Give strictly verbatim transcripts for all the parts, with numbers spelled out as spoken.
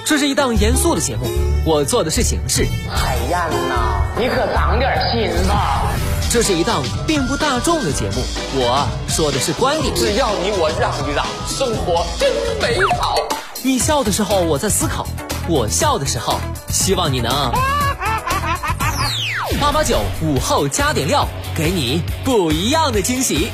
这是一档严肃的节目，我做的是形式。 海燕呐，你可长点心吧。 这是一档并不大众的节目，我说的是观点。 只要你我让一让，生活真美好。 你笑的时候我在思考，我笑的时候希望你能八八九午后加点料，给你不一样的惊喜。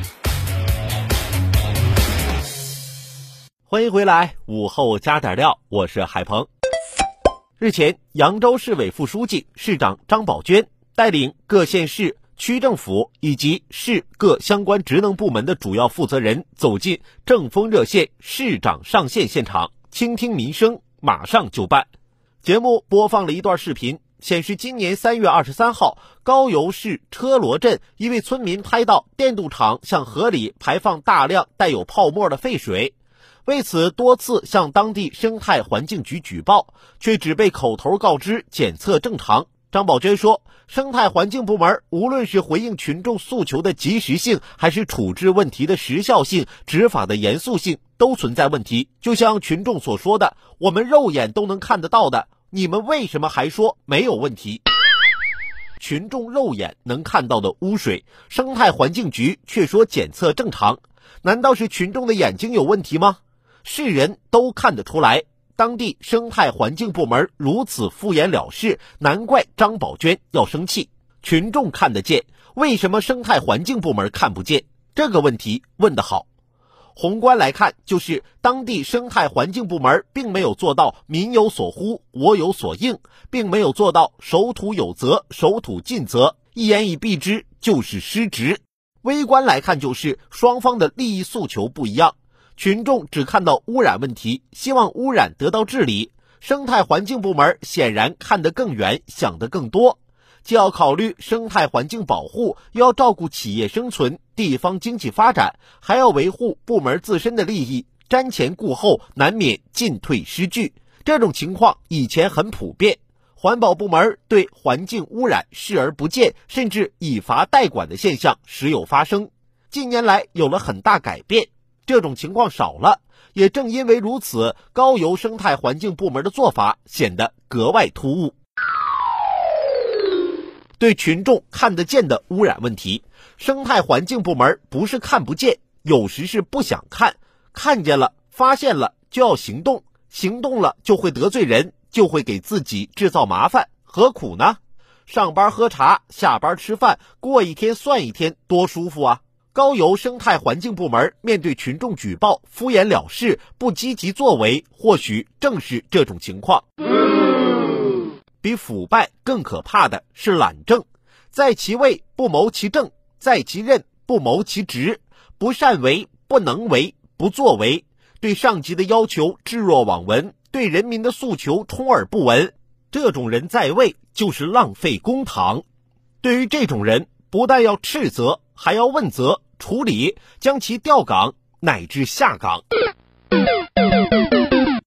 欢迎回来，午后加点料，我是海鹏。日前，扬州市委副书记、市长张宝娟带领各县市区政府以及市各相关职能部门的主要负责人走进正风热线市长上线现场，倾听民生，马上就办。节目播放了一段视频，显示今年三月二十三号，高邮市车罗镇一位村民拍到电镀厂向河里排放大量带有泡沫的废水，为此多次向当地生态环境局举报，却只被口头告知检测正常。张宝娟说，生态环境部门无论是回应群众诉求的及时性，还是处置问题的时效性，执法的严肃性，都存在问题。就像群众所说的，我们肉眼都能看得到的，你们为什么还说没有问题？群众肉眼能看到的污水，生态环境局却说检测正常，难道是群众的眼睛有问题吗？是人都看得出来，当地生态环境部门如此敷衍了事，难怪张宝娟要生气。群众看得见，为什么生态环境部门看不见？这个问题问得好。宏观来看，就是当地生态环境部门并没有做到民有所呼，我有所应，并没有做到守土有责，守土尽责，一言以蔽之就是失职。微观来看，就是双方的利益诉求不一样。群众只看到污染问题，希望污染得到治理，生态环境部门显然看得更远，想得更多，既要考虑生态环境保护，又要照顾企业生存、地方经济发展，还要维护部门自身的利益，瞻前顾后，难免进退失据。这种情况以前很普遍，环保部门对环境污染视而不见，甚至以罚代管的现象时有发生。近年来有了很大改变，这种情况少了，也正因为如此，高邮生态环境部门的做法显得格外突兀。对群众看得见的污染问题，生态环境部门不是看不见，有时是不想看，看见了发现了就要行动，行动了就会得罪人，就会给自己制造麻烦，何苦呢？上班喝茶，下班吃饭，过一天算一天，多舒服啊！高邮生态环境部门面对群众举报敷衍了事，不积极作为，或许正是这种情况。比腐败更可怕的是懒政，在其位不谋其政，在其任不谋其职，不善为，不能为，不作为，对上级的要求置若罔闻，对人民的诉求充耳不闻。这种人在位就是浪费公帑。对于这种人，不但要斥责，还要问责处理，将其调岗乃至下岗。